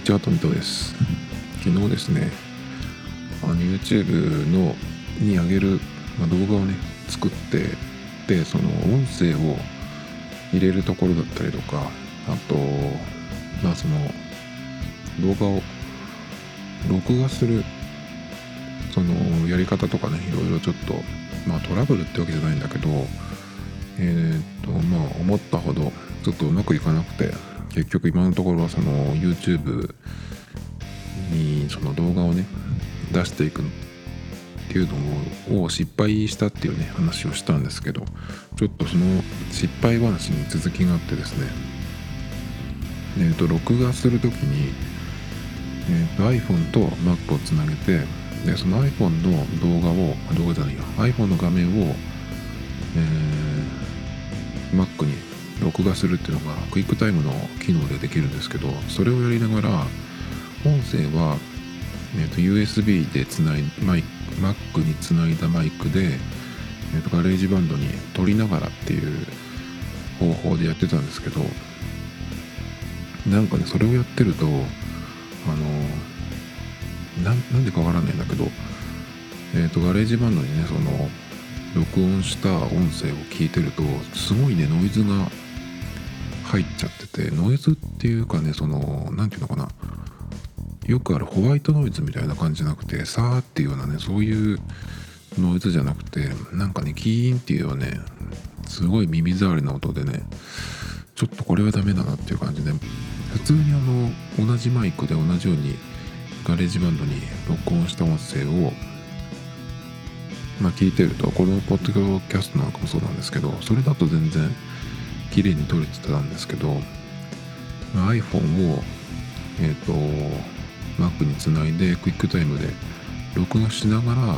ちは、トミトです。昨日ですね、YouTube に上げる、動画をね作って、でその音声を入れるところだったりとか、あとその動画を録画するそのやり方とかね、いろいろちょっとトラブルってわけじゃないんだけど、思ったほどちょっとうまくいかなくて、結局今のところはその YouTube にその動画をね出していくっていうのを失敗したっていうね話をしたんですけど、ちょっとその失敗話に続きがあってですね、録画するときに、iPhone と Mac をつなげて、でその iPhone の動画じゃないよ iPhone の画面を、Mac に録画するっていうのがクイックタイムの機能でできるんですけど、それをやりながら音声は、USB でつないMac につないだマイクで、ガレージバンドに撮りながらっていう方法でやってたんですけど、なんかねそれをやってるとなんでかわからないんだけど、ガレージバンドにねその録音した音声を聞いてると、すごいねノイズが入っちゃってて、ノイズっていうかね、そのなんていうのかな、よくあるホワイトノイズみたいな感じじゃなくて、さーっていうようなね、そういうノイズじゃなくて、なんかねキーンっていうようなね、すごい耳障りな音でね、ちょっとこれはダメだなっていう感じで、普通に同じマイクで同じようにガレージバンドに録音した音声を聞いてると、このポッドキャストなんかもそうなんですけど、それだと全然綺麗に撮れてたんですけど、iPhone をMac につないでクイックタイムで録画しながら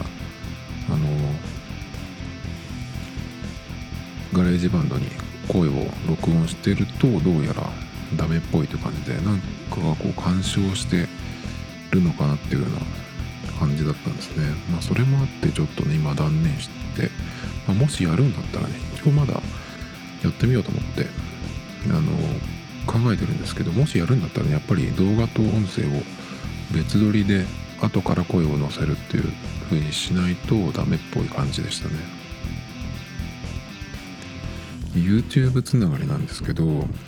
ガレージバンドに声を録音してると、どうやらダメっぽいという感じで、なんかがこう干渉してるのかなっていうような感じだったんですね。それもあってちょっとね今断念して、もしやるんだったらね、一応まだやってみようと思って考えてるんですけど、もしやるんだったらね、やっぱり動画と音声を別撮りで後から声を載せるっていう風にしないとダメっぽい感じでしたね。YouTube つながりなんですけど、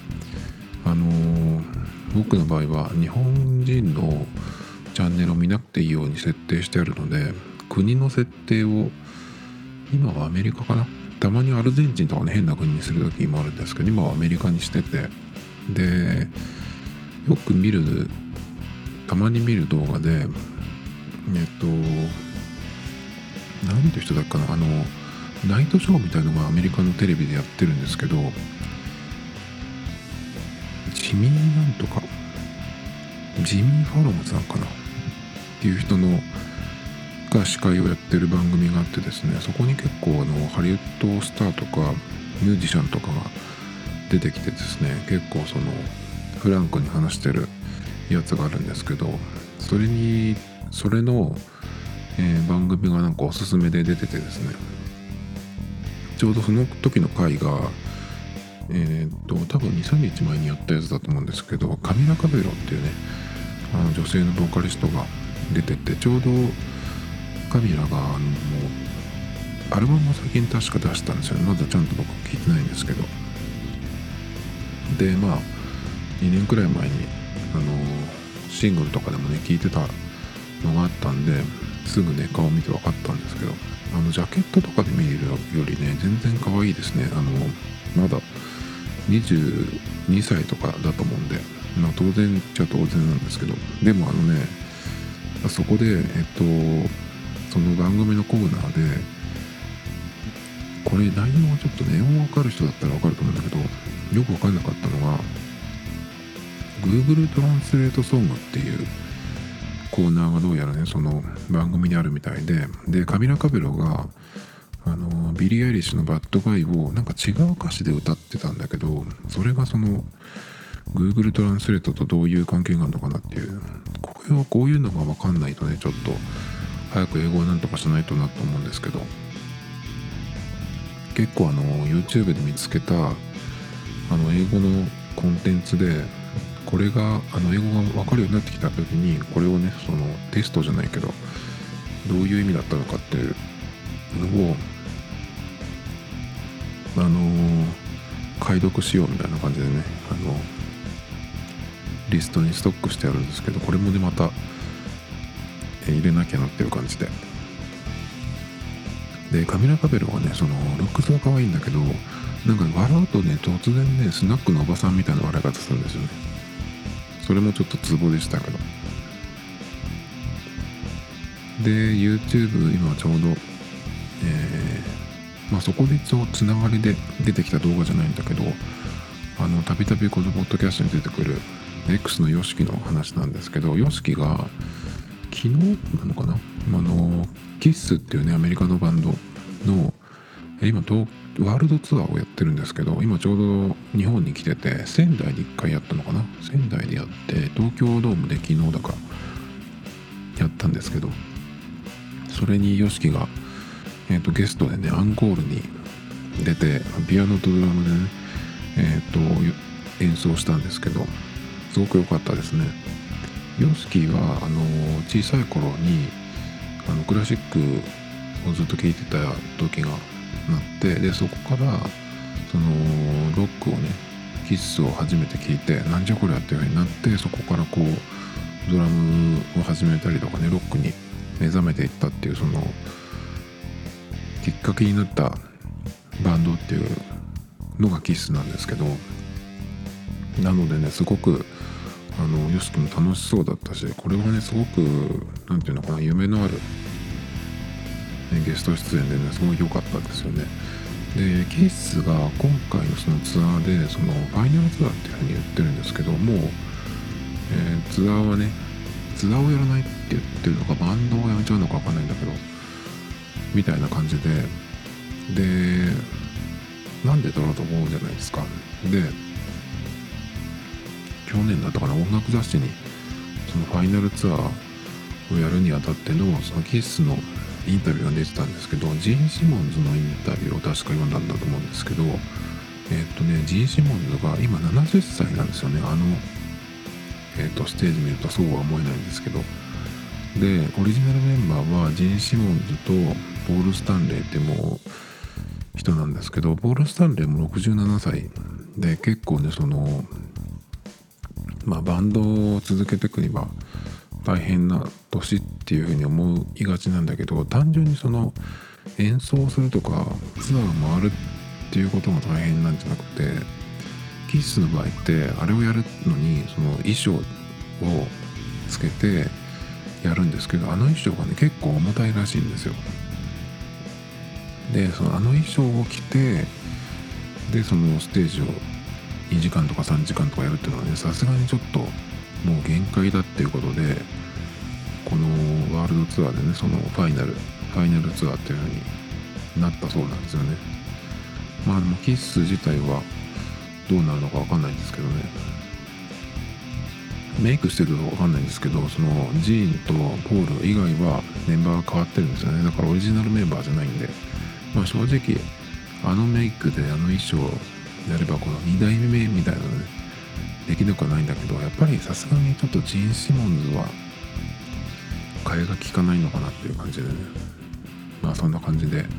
僕の場合は日本人のチャンネルを見なくていいように設定してあるので、国の設定を今はアメリカかな、たまにアルゼンチンとかね変な国にする時もあるんですけど、今はアメリカにしてて、でよくたまに見る動画でなんていう人だっけかな、ナイトショーみたいのがアメリカのテレビでやってるんですけど、ジミーファロムさんかなっていう人が司会をやってる番組があってですね、そこに結構ハリウッドスターとかミュージシャンとかが出てきてですね、結構そのフランクに話してるやつがあるんですけど、それの、番組がなんかおすすめで出ててですね、ちょうどその時の回が多分 2,3 日前にやったやつだと思うんですけど、カミラ・カベロっていうね女性のボーカリストが出てて、ちょうどカミラがもうアルバムを最近確か出したんですよね。まだちゃんと僕聞いてないんですけど、で2年くらい前にシングルとかでもね聞いてたのがあったんで、すぐね顔見て分かったんですけど、ジャケットとかで見るよりね全然可愛いですね。まだ22歳とかだと思うんで、当然っちゃ当然なんですけど、でもそこでその番組のコーナーで、これ内容はちょっとね、英語わかる人だったらわかると思うんだけど、よくわかんなかったのが Google トランスレートソングっていうコーナーがどうやらねその番組にあるみたいで、カミラ・カベロがビリー・アイリッシュのバッドガイをなんか違う歌詞で歌ってたんだけど、それがその Google トランスレートとどういう関係があるのかなっていう、こういうのが分かんないとね、ちょっと早く英語をなんとかしないとなと思うんですけど、結構YouTube で見つけた英語のコンテンツでこれが英語が分かるようになってきた時に、これをねそのテストじゃないけどどういう意味だったのかっていうのを解読しようみたいな感じでねリストにストックしてあるんですけど、これもねまた入れなきゃなっていう感じで。でカミラ・カベルはねそのルックスは可愛いんだけど、なんか笑うとね突然ねスナックのおばさんみたいな笑い方するんですよね。それもちょっとツボでしたけど。で YouTube 今ちょうどそこで一応つながりで出てきた動画じゃないんだけど、たびたびこのポッドキャストに出てくる X の YOSHIKI の話なんですけど、 YOSHIKI が昨日なのかな、キッスっていうねアメリカのバンドの今ワールドツアーをやってるんですけど、今ちょうど日本に来てて、仙台で1回やったのかな、仙台でやって東京ドームで昨日だかやったんですけど、それに YOSHIKI がゲストでねアンコールに出てピアノとドラムでね演奏したんですけど、すごく良かったですね。YOSHIKIは小さい頃にクラシックをずっと聴いてた時がなって、でそこからそのロックをねキッスを初めて聴いて、なんじゃこりゃっていう風になって、そこからこうドラムを始めたりとかねロックに目覚めていったっていう、そのきっかけになったバンドっていうのがキッスなんですけど、なのでねすごくYOSHIKIも楽しそうだったし、これはねすごくなんていうのかな、夢のある、ゲスト出演でねすごい良かったですよね。でキッスが今回のそのツアーでそのファイナルツアーっていうふうに言ってるんですけども、ツアーはねツアーをやらないって言ってるのか、バンドをやめちゃうのか分かんないんだけどみたいな感じで、なんでだろうと思うじゃないですか。で去年だったかな、音楽雑誌にそのファイナルツアーをやるにあたってのそのキッスのインタビューが出てたんですけど、ジーン・シモンズのインタビューを確か読んだんだと思うんですけど、ジーン・シモンズが今70歳なんですよね。ステージ見るとそうは思えないんですけど、でオリジナルメンバーはジーン・シモンズとポール・スタンレーってもう人なんですけど、ポール・スタンレーも67歳で、結構ねそのバンドを続けていくには大変な年っていうふうに思いがちなんだけど、単純にその演奏するとかツアーを回るっていうことが大変なんじゃなくて、キッスの場合ってあれをやるのにその衣装をつけてやるんですけど、衣装がね結構重たいらしいんですよ。でその衣装を着て、でそのステージを2時間とか3時間とかやるっていうのはね、さすがにちょっともう限界だっていうことで、このワールドツアーでねそのファイナルツアーっていう風になったそうなんですよね。でもキッス自体はどうなるのか分かんないんですけどね、メイクしてると分かんないんですけど、そのジーンとポール以外はメンバーが変わってるんですよね。だからオリジナルメンバーじゃないんで、正直メイクで衣装やればこの2代目みたいなのねできなくはないんだけど、やっぱりさすがにちょっとジーン・シモンズは替えが利かないのかなっていう感じでね、そんな感じで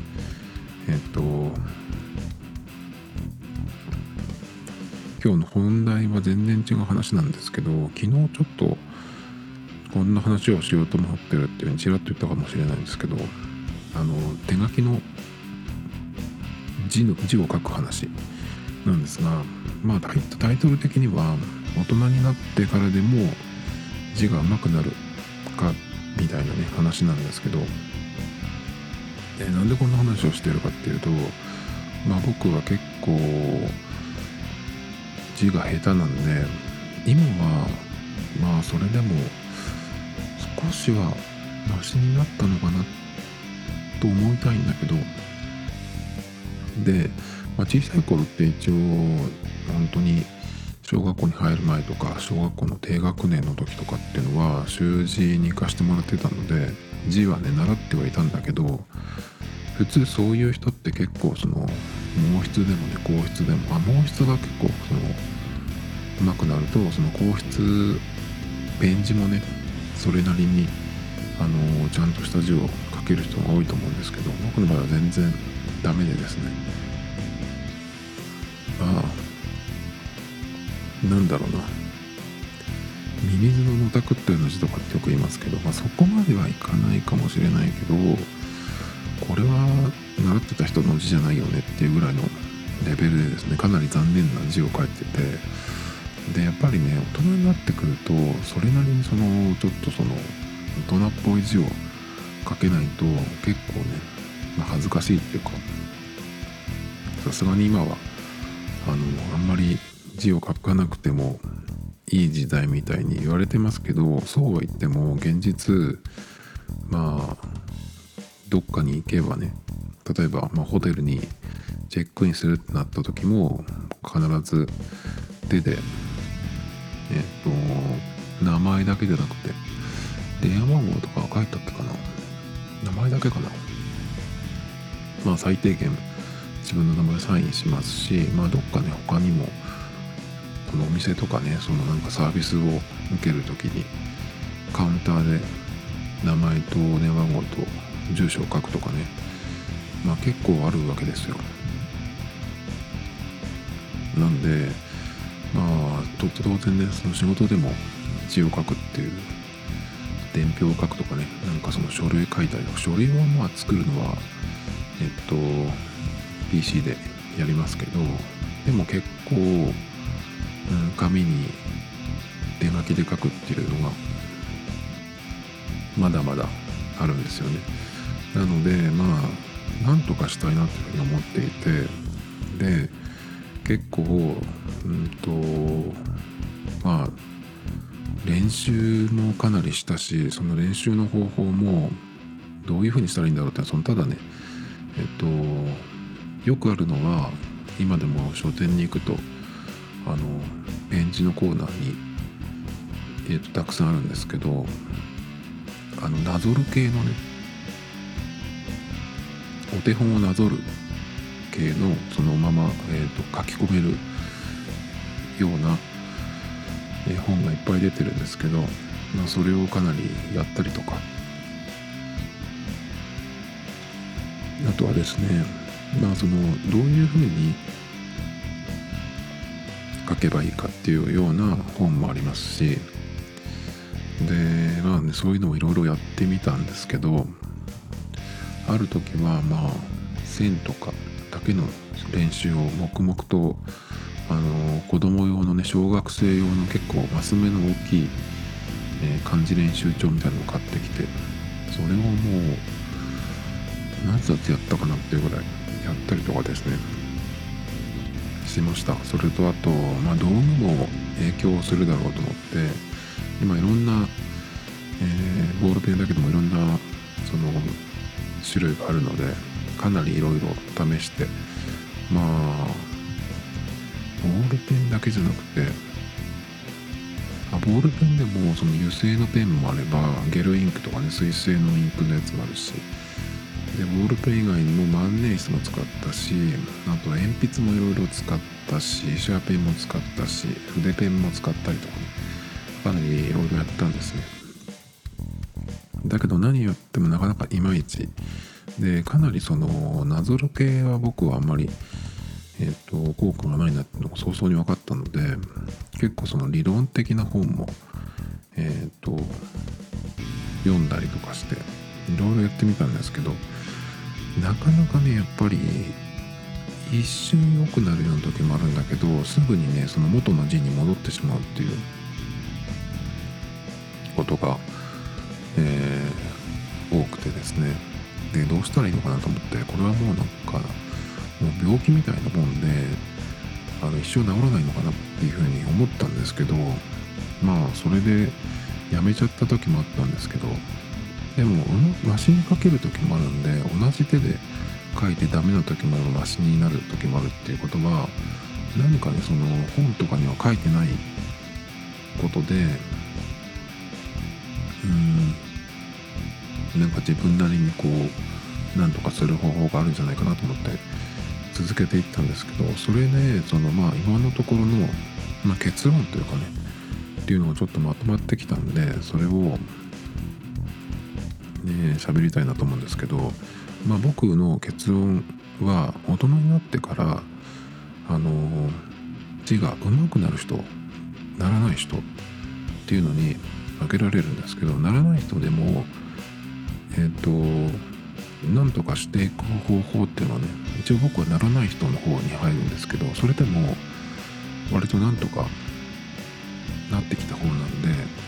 今日の本題は全然違う話なんですけど、昨日ちょっとこんな話をしようと思ってるっていうふうにちらっと言ったかもしれないんですけど、手書きの字を書く話なんですが、タイトル的には大人になってからでも字が上手くなるかみたいなね話なんですけど、なんでこんな話をしてるかっていうと、僕は結構字が下手なんで、今はそれでも少しはマシになったのかなと思いたいんだけど、で、小さい頃って一応本当に小学校に入る前とか小学校の低学年の時とかっていうのは習字に行かしてもらってたので、字はね習ってはいたんだけど、普通そういう人って結構その毛筆でもね硬筆でも毛筆が結構その上手くなるとその硬筆ペン字もねそれなりにちゃんとした字を書ける人が多いと思うんですけど、僕の場合は全然ダメでですね、なんだろうな、ミミズののたくったような字とかってよく言いますけど、そこまではいかないかもしれないけど、これは習ってた人の字じゃないよねっていうぐらいのレベルでですね、かなり残念な字を書いてて、でやっぱりね大人になってくるとそれなりにちょっと大人っぽい字を書けないと結構ね、恥ずかしいっていうか、さすがに今はあんまり字を書かなくてもいい時代みたいに言われてますけど、そうは言っても現実どっかに行けばね、例えばホテルにチェックインするってなった時も必ず手で名前だけじゃなくて電話番号とか書いてあったかな、名前だけかな、最低限自分の名前サインしますし、どっかね他にもこのお店とかねなんかサービスを受けるときにカウンターで名前と電話番号と住所を書くとかね、結構あるわけですよ。なんで当然ねその仕事でも字を書くっていう伝票を書くとかね、なんかその書類書いたりとか、書類は作るのはPC でやりますけど、でも結構、紙に手書きで書くっていうのがまだまだあるんですよね。なのでなんとかしたいなっていうふうに思っていて、で結構練習もかなりしたし、その練習の方法もどういうふうにしたらいいんだろうって、ただねよくあるのは今でも書店に行くとペン字のコーナーにたくさんあるんですけど、なぞる系のねお手本をなぞる系のそのまま、書き込めるような本がいっぱい出てるんですけど、それをかなりやったりとか、あとはですねどういうふうに書けばいいかっていうような本もありますし、でそういうのをいろいろやってみたんですけど、ある時は線とかだけの練習を黙々と子供用のね小学生用の結構マス目の大きい、漢字練習帳みたいなのを買ってきて、それをもう何冊やったかなっていうぐらいやったりとかですねしました。それとあと、道具も影響するだろうと思って、今いろんな、ボールペンだけでもいろんな種類があるので、かなりいろいろ試して、ボールペンだけじゃなくて、ボールペンでも油性のペンもあればゲルインクとかね水性のインクのやつもあるし、でボールペン以外にも万年筆も使ったし、あと鉛筆もいろいろ使ったし、シャーペンも使ったし、筆ペンも使ったりとかね、かなりいろいろやったんですね。だけど何やってもなかなかいまいちで、かなりなぞる系は僕はあんまり効果がないなっていうのが早々に分かったので、結構理論的な本も読んだりとかしていろいろやってみたんですけど、なかなかねやっぱり一瞬良くなるような時もあるんだけど、すぐにね元の字に戻ってしまうっていうことが、多くてですね、でどうしたらいいのかなと思って、これはもう病気みたいなもんで一生治らないのかなっていうふうに思ったんですけど、それでやめちゃった時もあったんですけど、でもマシに書ける時もあるんで、同じ手で書いてダメな時もマシになる時もあるっていうことは、何かね本とかには書いてないことでなんか自分なりになんとかする方法があるんじゃないかなと思って続けていったんですけど、それね今のところの結論というかねっていうのがちょっとまとまってきたんで、それを喋りたいなと思うんですけど、僕の結論は大人になってから字が上手くなる人ならない人っていうのに分けられるんですけど、ならない人でもなんとかしていく方法っていうのはね、一応僕はならない人の方に入るんですけど、それでも割となんとかなってきた方なんで、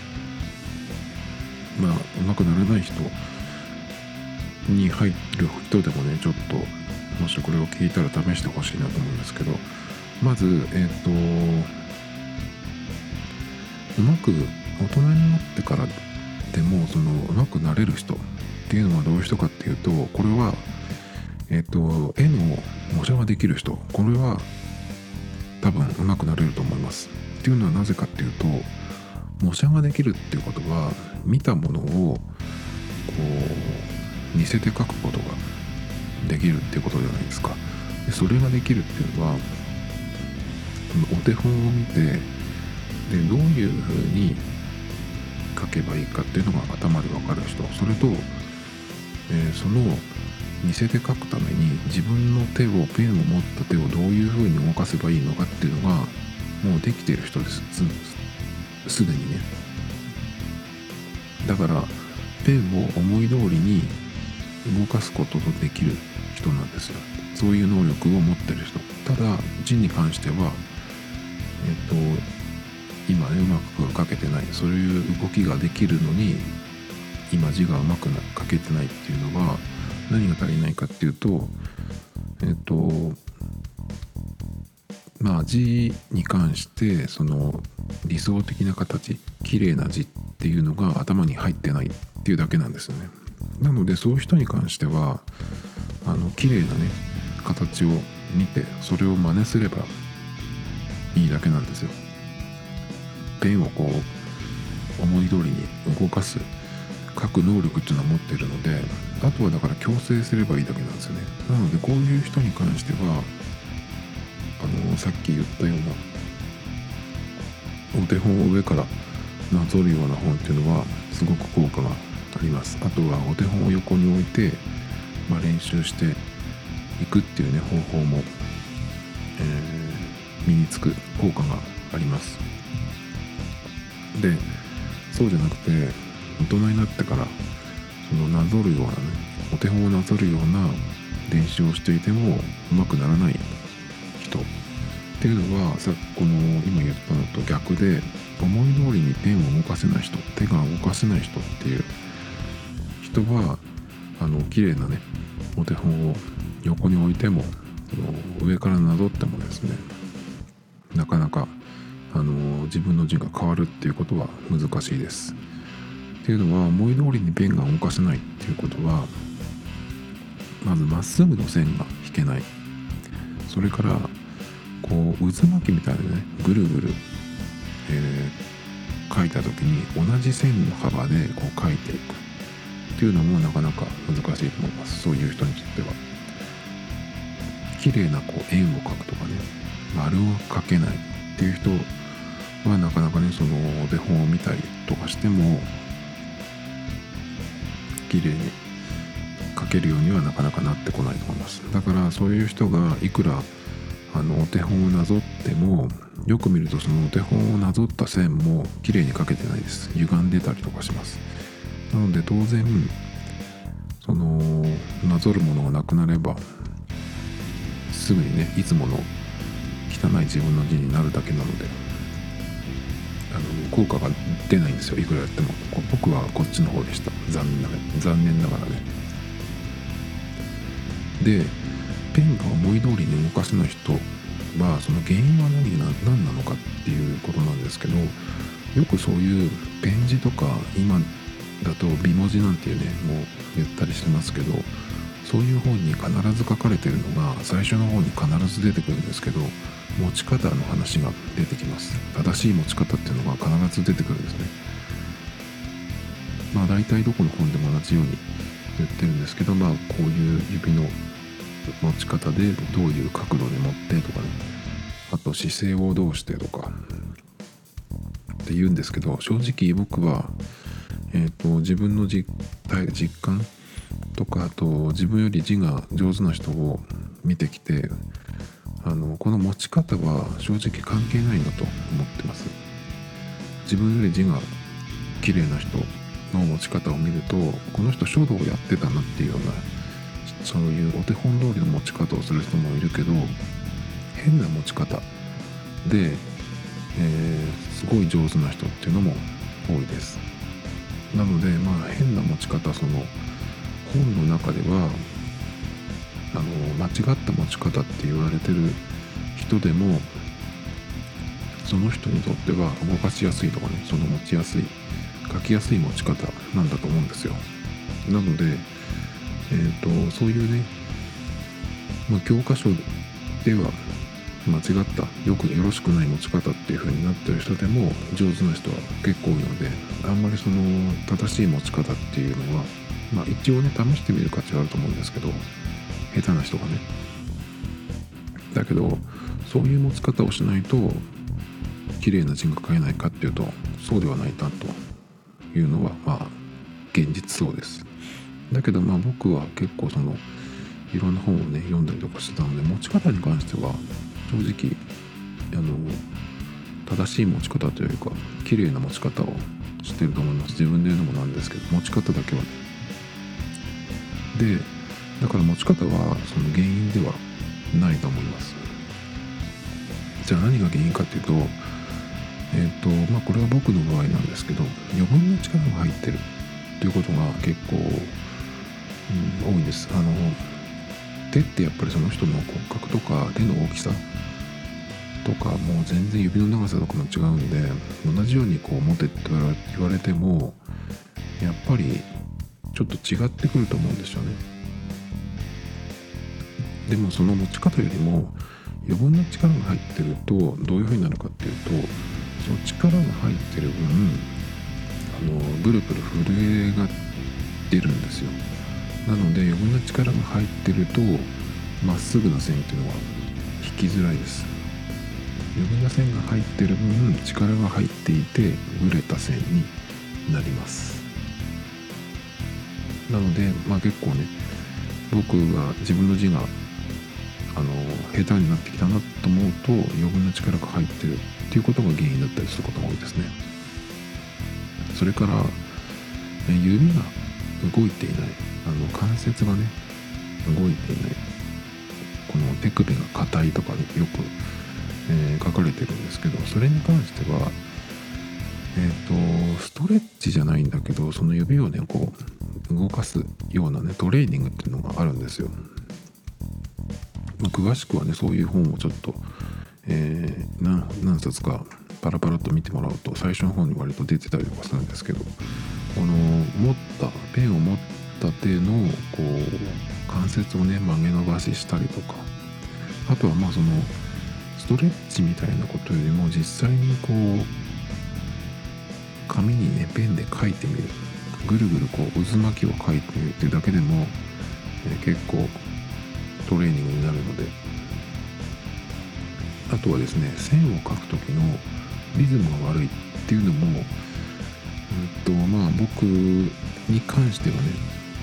上手くならない人に入る人でもね、ちょっともしこれを聞いたら試してほしいなと思うんですけど、まずうまく大人になってからでもうまくなれる人っていうのはどういう人かっていうと、これは絵の模写ができる人、これは多分うまくなれると思います。っていうのはなぜかっていうと、模写ができるっていうことは見たものを似せて描くことができるっていうことじゃないですか。でそれができるっていうのはお手本を見て、でどういうふうに書けばいいかっていうのが頭で分かる人、それと、その似せて書くために自分のペンを持った手をどういうふうに動かせばいいのかっていうのがもうできている人です。すでにね。だからペンを思い通りに動かすことのできる人なんですよ。そういう能力を持ってる人。ただ字に関しては今ねうまく書けてない、そういう動きができるのに今字がうまく書けてないっていうのは何が足りないかっていうと、字に関してその理想的な形、綺麗な字っていうのが頭に入ってないっていうだけなんですよね。なのでそういう人に関しては綺麗なね形を見てそれを真似すればいいだけなんですよ。ペンを思い通りに動かす書く能力っていうのは持っているので、あとはだから矯正すればいいだけなんですよね。なのでこういう人に関してはさっき言ったようなお手本を上からなぞるような本っていうのはすごく効果があります。あとはお手本を横に置いて、練習していくっていうね方法も、身につく効果があります。でそうじゃなくて大人になってからそのなぞるようなねお手本をなぞるような練習をしていてもうまくならない人っていうのはこの今言ったのと逆で、思い通りにペンを動かせない人、手が動かせない人っていう人は綺麗なねお手本を横に置いても上からなぞってもですね、なかなか自分の字が変わるっていうことは難しいです。っていうのは思い通りにペンが動かせないっていうことは、まずまっすぐの線が引けない、それから渦巻きみたいなねぐるぐる、描いた時に同じ線の幅で描いていくっていうのもなかなか難しいと思います。そういう人にとっては綺麗な円を描くとかね丸を描けないっていう人はなかなかねそのお手本を見たりとかしても綺麗に描けるようにはなかなかなってこないと思います。だからそういう人がいくらお手本をなぞってもよく見るとそのお手本をなぞった線も綺麗に描けてないです。歪んでたりとかします。なので当然そのなぞるものがなくなればすぐにねいつもの汚い自分の字になるだけなので効果が出ないんですよ。いくらやっても。僕はこっちの方でした。残念ながらね。でペンが思い通りに動かせない人はその原因は何なのかっていうことなんですけど、よくそういうペン字とか今だと美文字なんていうねもう言ったりしてますけど、そういう本に必ず書かれてるのが最初の方に必ず出てくるんですけど、持ち方の話が出てきます。正しい持ち方っていうのが必ず出てくるんですね。大体どこの本でも同じように言ってるんですけど、こういう指の持ち方でどういう角度で持ってとかね、あと姿勢をどうしてとか、 って言うんですけど、正直僕は、自分の実感とか、あと自分より字が上手な人を見てきて、この持ち方は正直関係ないなと思ってます。自分より字が綺麗な人の持ち方を見ると、この人書道をやってたなっていうような、そういうお手本通りの持ち方をする人もいるけど、変な持ち方で、すごい上手な人っていうのも多いです。なので変な持ち方、その本の中では間違った持ち方って言われてる人でも、その人にとっては動かしやすいとかね、その持ちやすい、書きやすい持ち方なんだと思うんですよ。なので、そういうね、教科書では間違った、よろしくない持ち方っていう風になってる人でも上手な人は結構多いので、あんまりその正しい持ち方っていうのは一応ね、試してみる価値はあると思うんですけど、下手な人がね。だけどそういう持ち方をしないと綺麗な字が書けないかっていうと、そうではないなというのは現実そうです。だけど僕は結構いろんな本をね読んだりとかしてたので、持ち方に関しては正直正しい持ち方というか綺麗な持ち方をしてると思います。自分で言うのもなんですけど、持ち方だけはね。でだから持ち方はその原因ではないと思います。じゃあ何が原因かっていうと、これは僕の場合なんですけど、余分な力が入ってるということが結構、多いんです。手ってやっぱりその人の骨格とか手の大きさとか、もう全然指の長さとかも違うんで、同じように持てって言われてもやっぱりちょっと違ってくると思うんですよね。でもその持ち方よりも余分な力が入ってるとどういう風になるかっていうと、その力が入ってる分ブルブル震えが出るんですよ。なので余分な力が入ってるとまっすぐな線っていうのは引きづらいです。余分な線が入ってる分力が入っていてぶれた線になります。なので結構ね、僕が自分の字が下手になってきたなと思うと、余分な力が入ってるっていうことが原因だったりすることが多いですね。それから指が動いていない、関節がね動いていない、この手首が硬いとか、ね、よく、書かれてるんですけど、それに関してはストレッチじゃないんだけど、その指をね動かすようなねトレーニングっていうのがあるんですよ。詳しくはねそういう本をちょっと、何冊かパラパラと見てもらうと最初の方に割と出てたりとかするんですけど、このペンを持った手の関節をね曲げ伸ばししたりとか、あとはそのストレッチみたいなことよりも実際に紙にねペンで書いてみる、ぐるぐる渦巻きを書いてみるっていうだけでも、結構トレーニングになるので、あとはですね、線を書く時のリズムが悪いっていうのも僕に関してはね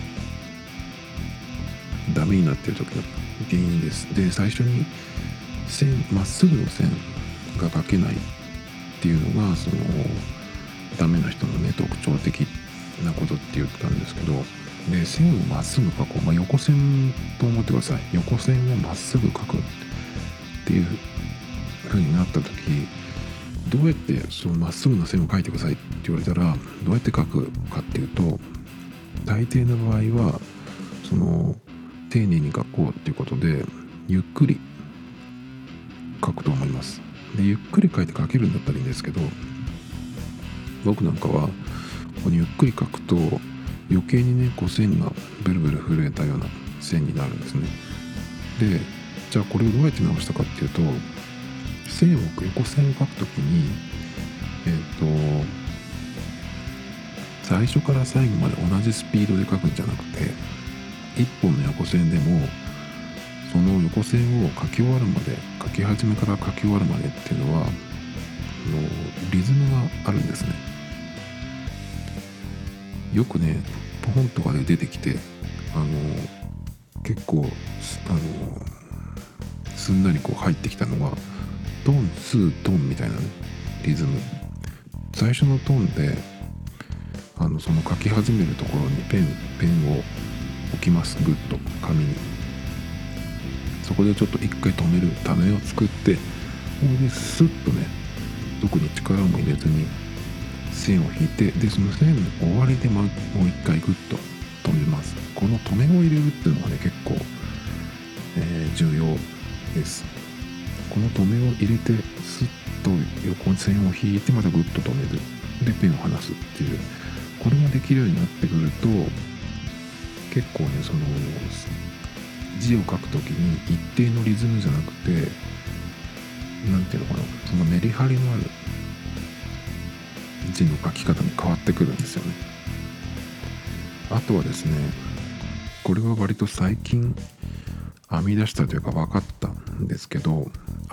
ダメになっている時の原因です。で、最初にまっすぐの線が書けないっていうのがダメな人のね特徴的なことって言ったんですけど、で線をまっすぐ書こう、横線と思ってください。横線をまっすぐ書くっていう風になった時、どうやってそのまっすぐな線を書いてくださいって言われたらどうやって書くかっていうと、大抵の場合は丁寧に書こうっていうことでゆっくり書くと思います。でゆっくり書いて書けるんだったらいいんですけど、僕なんかはここにゆっくり書くと余計にね線がブルブル震えたような線になるんですね。でじゃあこれをどうやって直したかっていうと、横線を書くときに最初から最後まで同じスピードで書くんじゃなくて、一本の横線でもその横線を書き始めから書き終わるまでっていうのはリズムがあるんですね。よくね本とかで出てきて結構すんなりこう入ってきたのがトンツートンみたいなねリズム。最初のトンでその書き始めるところにペンを置きます。グッと紙に。そこでちょっと一回止めるためを作って、ここでスッとね特に力も入れずに線を引いて、でその線の終わりでもう一回グッと止めます。この止めを入れるっていうのがね結構、重要です。この止めを入れてスッと横線を引いてまたグッと止めるでペンを離すっていう、これができるようになってくると結構ねその字を書くときに一定のリズムじゃなくてなんていうのかな、そのメリハリのある字の書き方に変わってくるんですよね。あとはですね、これは割と最近編み出したというか分かったんですけど、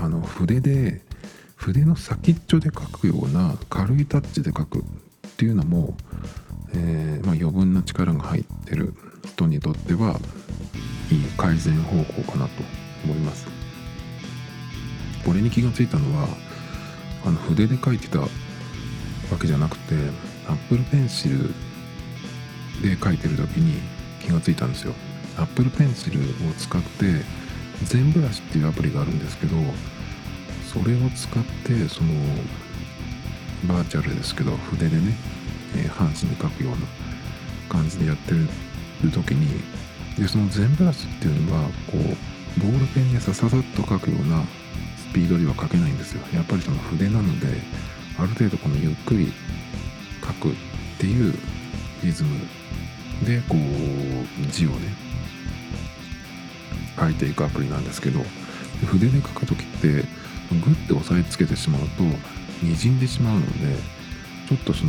筆の先っちょで書くような軽いタッチで書くっていうのも、余分な力が入ってる人にとってはいい改善方法かなと思います。これに気がついたのは筆で書いてたわけじゃなくて Apple Pencil で書いてる時に気がついたんですよ。Apple Pencil を使って全ブラシっていうアプリがあるんですけど、それを使ってそのバーチャルですけど筆でね、半紙に書くような感じでやってる時に、でその全ブラシっていうのはこうボールペンでさっと書くようなスピードでは書けないんですよ。やっぱりその筆なのである程度このゆっくり書くっていうリズムでこう字をね書いていくアプリなんですけど、筆で書くときってグッて押さえつけてしまうと滲んでしまうので、ちょっとその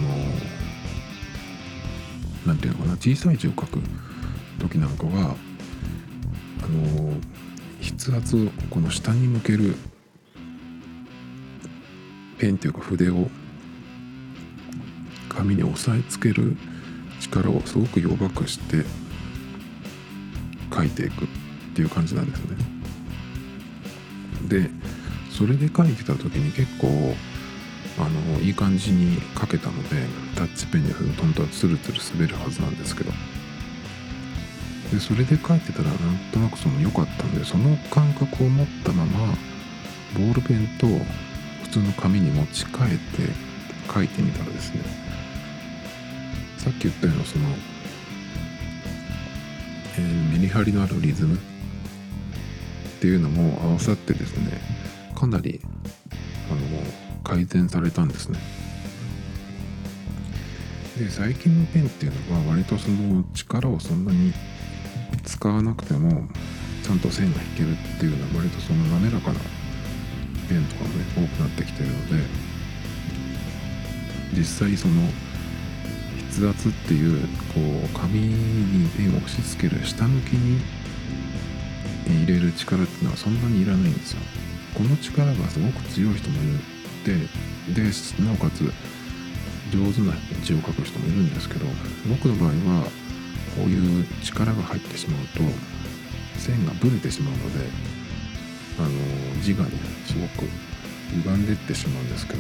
なんていうのかな、小さい字を書く時なんかは筆圧をこの下に向けるペンというか筆を紙に押さえつける力をすごく弱くして書いていくっていう感じなんですね。でそれで書いてた時に結構いい感じに書けたので、タッチペンにトントンツルツル滑るはずなんですけど、でそれで書いてたらなんとなく良かったんで、その感覚を持ったままボールペンと普通の紙に持ち替えて書いてみたらですね、さっき言ったようなメリハリのあるリズムっていうのも合わさってですね、かなり改善されたんですね。で最近のペンっていうのは割と力をそんなに使わなくてもちゃんと線が引けるっていうのは割と滑らかなペンとかもね多くなってきてるので、実際筆圧っていう紙にペンを押し付ける下向きに入れる力っていうのはそんなにいらないんですよ。この力がすごく強い人もいるでなおかつ上手な字を書く人もいるんですけど、僕の場合はこういう力が入ってしまうと線がブレてしまうので字がねすごく歪んでいってしまうんですけど、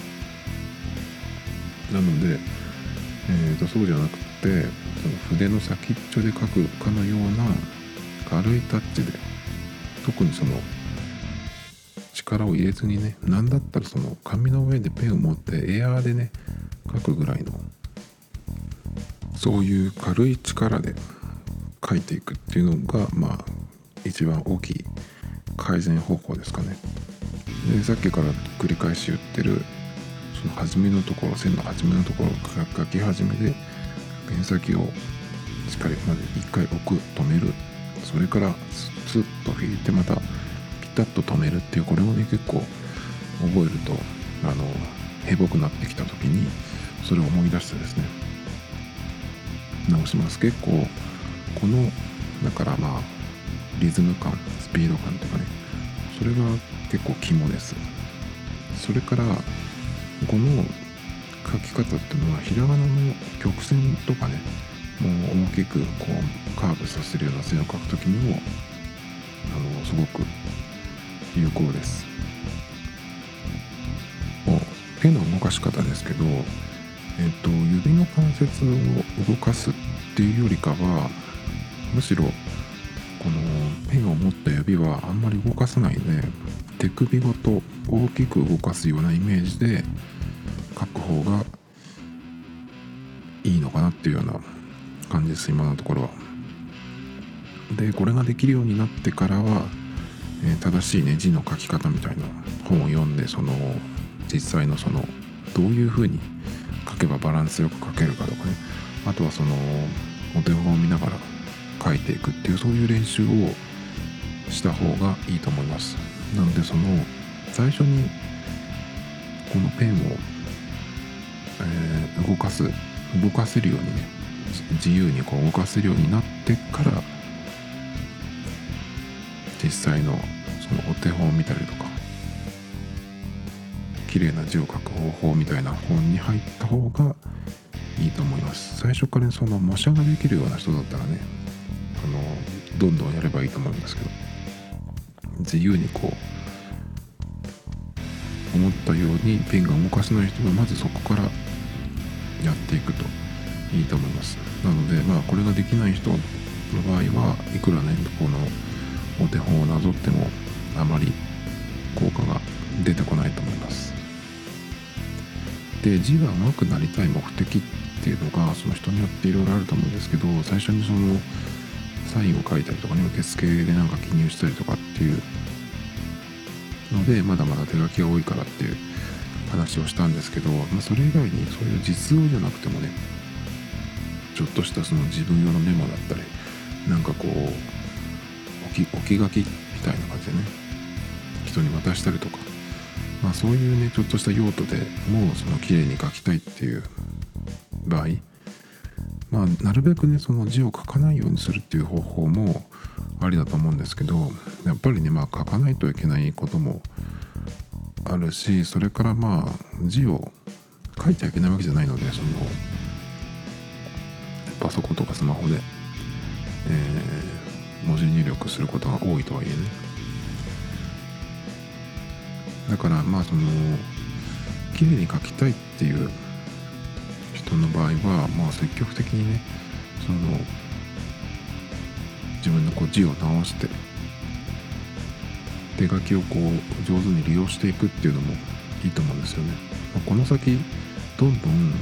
なので、そうじゃなくて筆の先っちょで書くかのような軽いタッチで、特に力を入れずにね、なんだったら紙の上でペンを持ってエアーでね書くぐらいのそういう軽い力で書いていくっていうのが一番大きい改善方法ですかね。でさっきから繰り返し言ってる初めのところ、線の初めのところ書き始めでペン先をしっかりまで一回置く、止める、それからスッと引いてまたピタッと止めるっていう、これをね結構覚えるとへぼくなってきた時にそれを思い出してですね直します。結構このだからリズム感、スピード感とかね、それが結構肝です。それからこの書き方っていうのはひらがなの曲線とかね、もう大きくこうカーブさせるような線を書くときにもすごく有効です。手の動かし方ですけど、指の関節を動かすっていうよりかは、むしろこのペンを持った指はあんまり動かさないで、手首ごと大きく動かすようなイメージで書く方がいいのかなっていうような感じです、今のところは。でこれができるようになってからは、正しいね字の書き方みたいな本を読んで、実際のどういう風に書けばバランスよく書けるかとかね、あとはお手本を見ながら書いていくっていう、そういう練習をした方がいいと思います。なので最初にこのペンを、動かせるようにね、自由にこう動かせるようになってから実際のお手本を見たりとか、綺麗な字を書く方法みたいな本に入った方がいいと思います。最初から模写ができるような人だったらね、どんどんやればいいと思うんですけど、自由にこう思ったようにペンが動かせない人はまずそこからやっていくといいと思います。なのでこれができない人の場合はいくらねこのお手本をなぞってもあまり効果が出てこないと思います。で字が上手くなりたい目的っていうのが人によっていろいろあると思うんですけど、最初にサインを書いたりとかね、受付でなんか記入したりとかっていうのでまだまだ手書きが多いからっていう話をしたんですけど、それ以外にそういう実用じゃなくてもね、ちょっとした自分用のメモだったり、なんかこう置き書きみたいな感じでね、人に渡したりとか、そういうねちょっとした用途でもう綺麗に書きたいっていう場合、なるべくね字を書かないようにするっていう方法もありだと思うんですけど、やっぱりね書かないといけないこともあるし、それから字を書いちゃいけないわけじゃないので、パソコンとかスマホで、文字入力することが多いとはいえね、だから綺麗に書きたいっていう人の場合は積極的にね自分の字を直して手書きを上手に利用していくっていうのもいいと思うんですよね。この先どんどん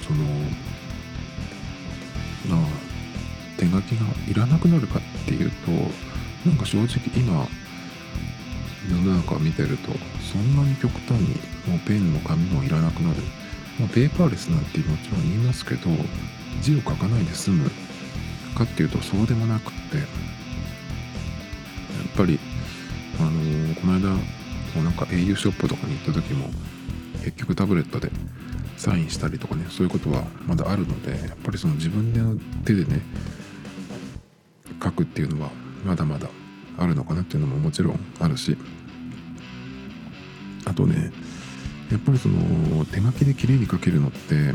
手書きがいらなくなるかっていうと、なんか正直今世の中を見てるとそんなに極端にもうペンも紙もいらなくなる、ペーパーレスなんてもちろん言いますけど、字を書かないで済むかっていうとそうでもなくって、やっぱりこの間なんか au ショップとかに行った時も結局タブレットでサインしたりとかね、そういうことはまだあるので、やっぱり自分で手でね書くっていうのはまだまだあるのかなっていうのももちろんあるし、あとねやっぱり手書きで綺麗に書けるのって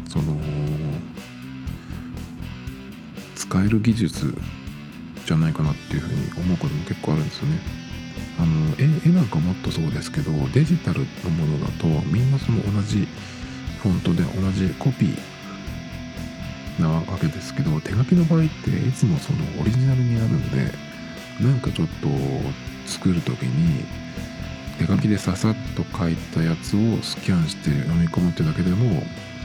使える技術じゃないかなっていうふうに思うことも結構あるんですよね。絵なんかもっとそうですけど、デジタルのものだとみんな同じフォントで同じコピーなわけですけど、手書きの場合っていつもオリジナルになるんで、なんかちょっと作る時に手書きでささっと書いたやつをスキャンして読み込むってだけでも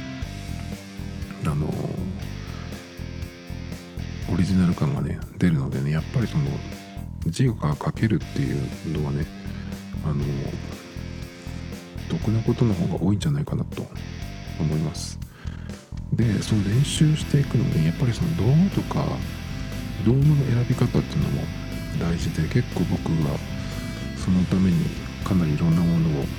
オリジナル感がね出るのでね、やっぱり字が書けるっていうのはね得なことの方が多いんじゃないかなと思います。で練習していくのにやっぱり道具とか道具の選び方っていうのも大事で、結構僕がそのためにかなりいろんなものを、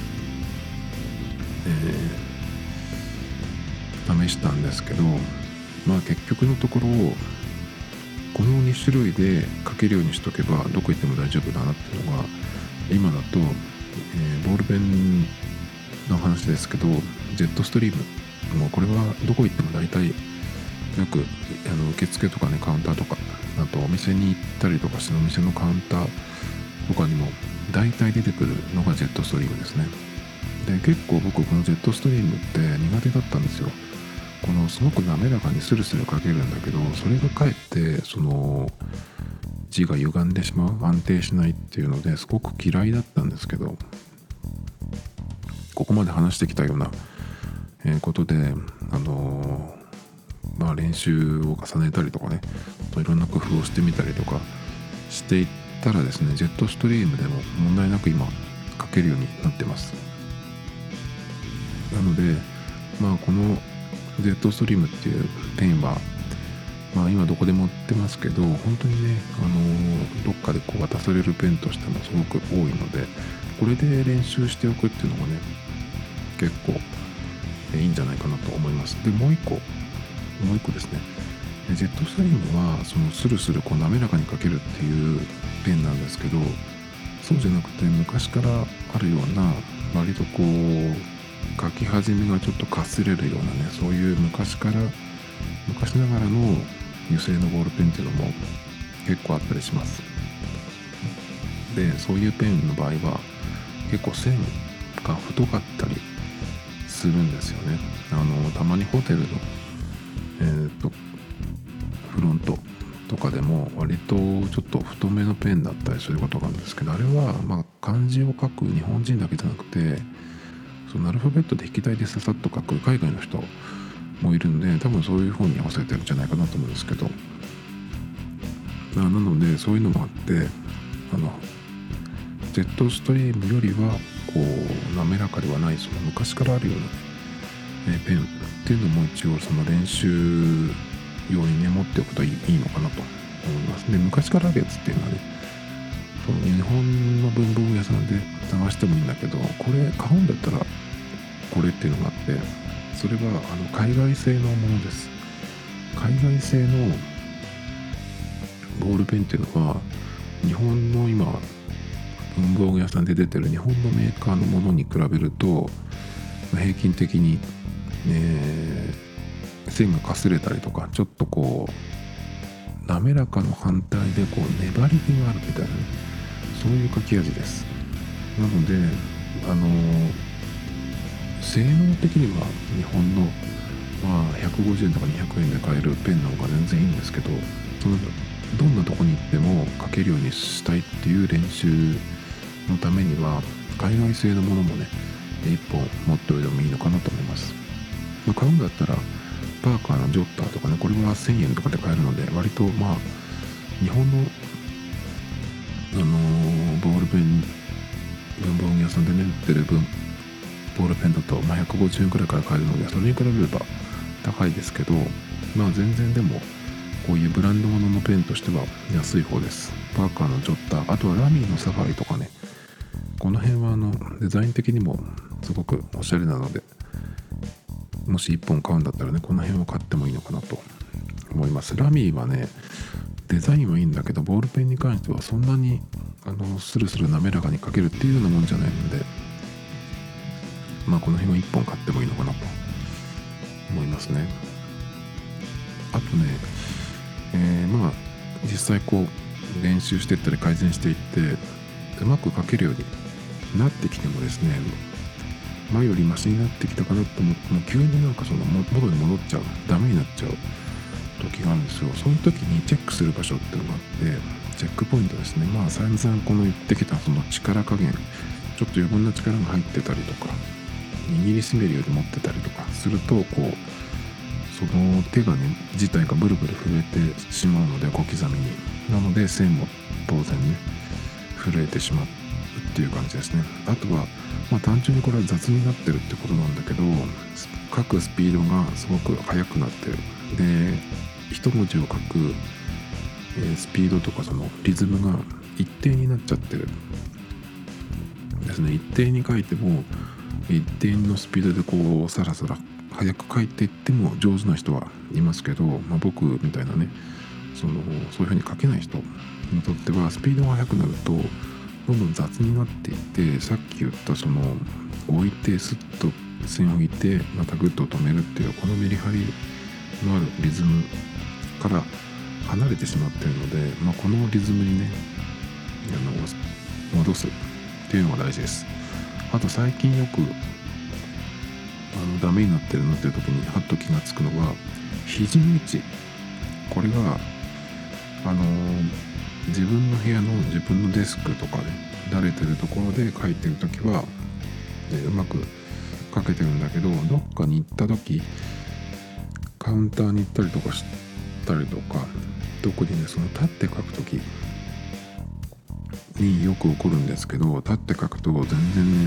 試したんですけど、結局のところこの2種類で書けるようにしとけばどこ行っても大丈夫だなっていうのが今だと、ボールペンの話ですけど、ジェットストリームもうこれはどこ行っても大体よく受付とかね、カウンターとか、あとお店に行ったりとかしてお店のカウンターとかにも大体出てくるのがジェットストリームですね。で結構僕このジェットストリームって苦手だったんですよ。このすごく滑らかにスルスルかけるんだけど、それがかえってその字が歪んでしまう、安定しないっていうのですごく嫌いだったんですけど、ここまで話してきたようなことで練習を重ねたりとかね、いろんな工夫をしてみたりとかしていったらですね、ジェットストリームでも問題なく今書けるようになってます。なのでこのジェットストリームっていうペンは今どこでも売ってますけど、本当にねどっかでこう渡されるペンとしてもすごく多いので、これで練習しておくっていうのがね結構いいんじゃないかなと思います。でもう一個ですね、ジェットストリームはそのスルスルこう滑らかに書けるっていうペンなんですけど、そうじゃなくて昔からあるような割とこう書き始めがちょっとかすれるようなね、そういう昔ながらの油性のボールペンっていうのも結構あったりします。でそういうペンの場合は結構線が太かったりするんですよね。たまにホテルのフロントとかでも割とちょっと太めのペンだったりすることがあるんですけど、あれは漢字を書く日本人だけじゃなくて、そのアルファベットで引き体でささっと書く海外の人もいるんで、多分そういう方に合わせてるんじゃないかなと思うんですけど、なのでそういうのもあってジェットストリームよりはこう滑らかではない、その昔からあるような、ペンっていうのも一応その練習用にね持っておくといいのかなと思います。で昔からあるやつっていうのはね、その日本の文房具屋さんで探してもいいんだけど、これ買うんだったらこれっていうのがあって、それは海外製のものです。海外製のボールペンっていうのは日本の今文房具屋さんで出てる日本のメーカーのものに比べると平均的に、線がかすれたりとか、ちょっとこう滑らかの反対でこう粘り気があるみたいなね、そういう書き味です。なので性能的には日本の150円とか200円で買えるペンの方が全然いいんですけど、どんなとこに行っても書けるようにしたいっていう練習のためには海外製のものもね1本持っておいてもいいのかなと思います。買うんだったらパーカーのジョッターとかね、これは1000円とかで買えるので、割と日本のボールペン文房具屋さんでね売ってるボールペンだと150円くらいから買えるので、それに比べれば高いですけど、全然でもこういうブランド物のペンとしては安い方です。パーカーのジョッター、あとはラミーのサファリとかね、この辺はデザイン的にもすごくおしゃれなので、もし1本買うんだったらねこの辺を買ってもいいのかなと思います。ラミーはねデザインはいいんだけど、ボールペンに関してはそんなにスルスル滑らかに書けるっていうようなもんじゃないので、この辺は1本買ってもいいのかなと思いますね。あとね実際こう練習していったり改善していってうまく書けるようになってきてもですね、前よりマシになってきたかなと思っても急にその元に戻っちゃう、ダメになっちゃう時があるんですよ。そういう時にチェックする場所っていうのがあって、チェックポイントですね。散々この言ってきたその力加減、ちょっと余分な力が入ってたりとか握りしめるように持ってたりとかすると、こうその手がね自体がブルブル震えてしまうので、小刻みに、なので線も当然ね震えてしまうっていう感じですね。あとは単純にこれは雑になってるってことなんだけど、書くスピードがすごく速くなってる。で一文字を書く、スピードとかそのリズムが一定になっちゃってるですね。一定に書いても一定のスピードでこうさらさら早く書いていっても上手な人はいますけど、僕みたいなねそういう風に書けない人にとってはスピードが速くなるとどんどん雑になっていって、さっき言ったその置いてスッと線を置いてまたグッと止めるっていうこのメリハリのあるリズムから離れてしまっているので、このリズムにね戻すっていうのが大事です。あと最近よくダメになってるなっていう時にハッと気がつくのは肘の位置。これが自分の部屋の自分のデスクとかね慣れてるところで書いてる時はうまく書けてるんだけど、どっかに行った時カウンターに行ったりとかしたりとか、特にねその立って書く時によく起こるんですけど、立って書くと全然ね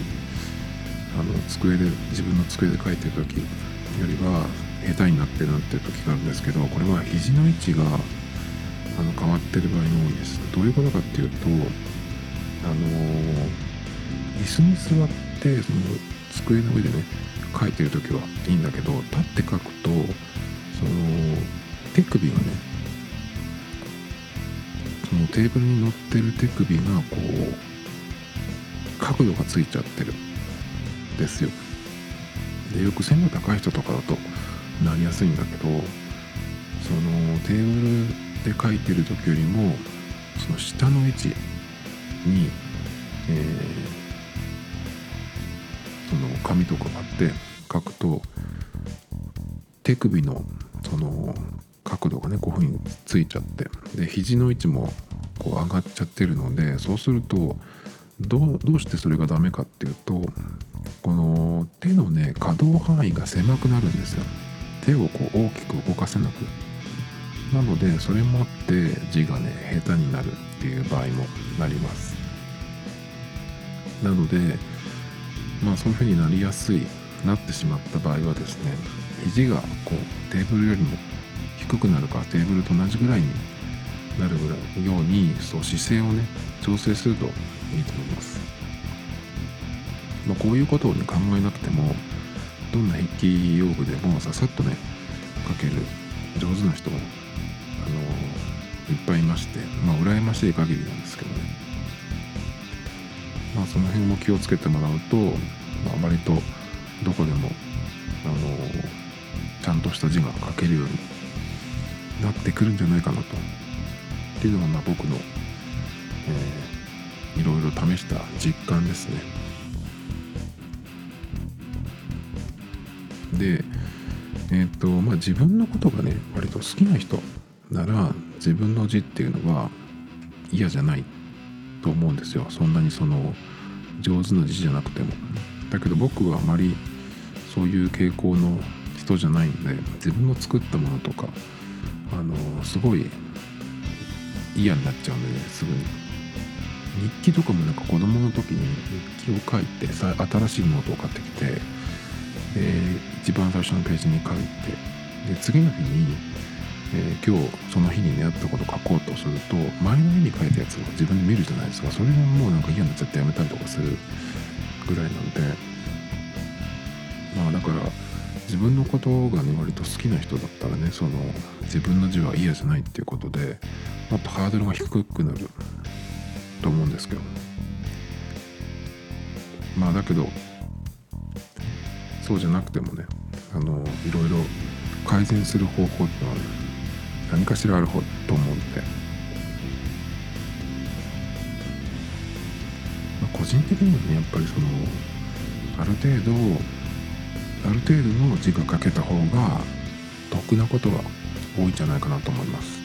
自分の机で書いてる時よりは下手になってるなっていう時があるんですけど、これは肘の位置が変わってる場合が多いです。どういうことかっていうと椅子に座ってその机の上でね書いてる時はいいんだけど、立って書くとその手首がねそのテーブルに乗ってる手首がこう角度がついちゃってるんですよ。でよく背の高い人とかだとなりやすいんだけど、そのテーブルで書いてる時よりもその下の位置に、その紙とかがあって書くと手首のその角度がねこういうふうについちゃって、で肘の位置もこう上がっちゃってるので、そうするとどうしてそれがダメかっていうと、この手のね可動範囲が狭くなるんですよ。手をこう大きく動かせなくなので、それもあって字がね下手になるっていう場合もなります。なのでそういう風になりやすいなってしまった場合はですね、肘がこうテーブルよりも低くなるかテーブルと同じぐらいになるぐらいように姿勢をね調整するといいと思います。こういうことをね考えなくてもどんな筆記用具でもささっとね書ける上手な人もいっぱいいまして、羨ましい限りなんですけどね。その辺も気をつけてもらうと、割とどこでもちゃんとした字が書けるようになってくるんじゃないかなとっていうのが僕の、いろいろ試した実感ですね。で自分のことがね割と好きな人なら自分の字っていうのは嫌じゃないと思うんですよ。そんなにその上手な字じゃなくても。だけど僕はあまりそういう傾向の人じゃないんで、自分の作ったものとかすごい嫌になっちゃうんでね、すぐに。日記とかも子供の時に日記を書いて新しいノートを買ってきて、一番最初のページに書いて、で次の日に、今日その日にあったことを書こうとすると前の日に書いたやつを自分で見るじゃないですか。それがもう嫌になっちゃってやめたりとかするぐらいなんで、だから自分のことがね割と好きな人だったらね、その自分の字は嫌じゃないっていうことでもっとハードルが低くなると思うんですけど、だけどそうじゃなくてもねいろいろ改善する方法ってのは何かしらあると思うんで、個人的にはねやっぱりそのある程度の字が書けた方が得なことが多いんじゃないかなと思います。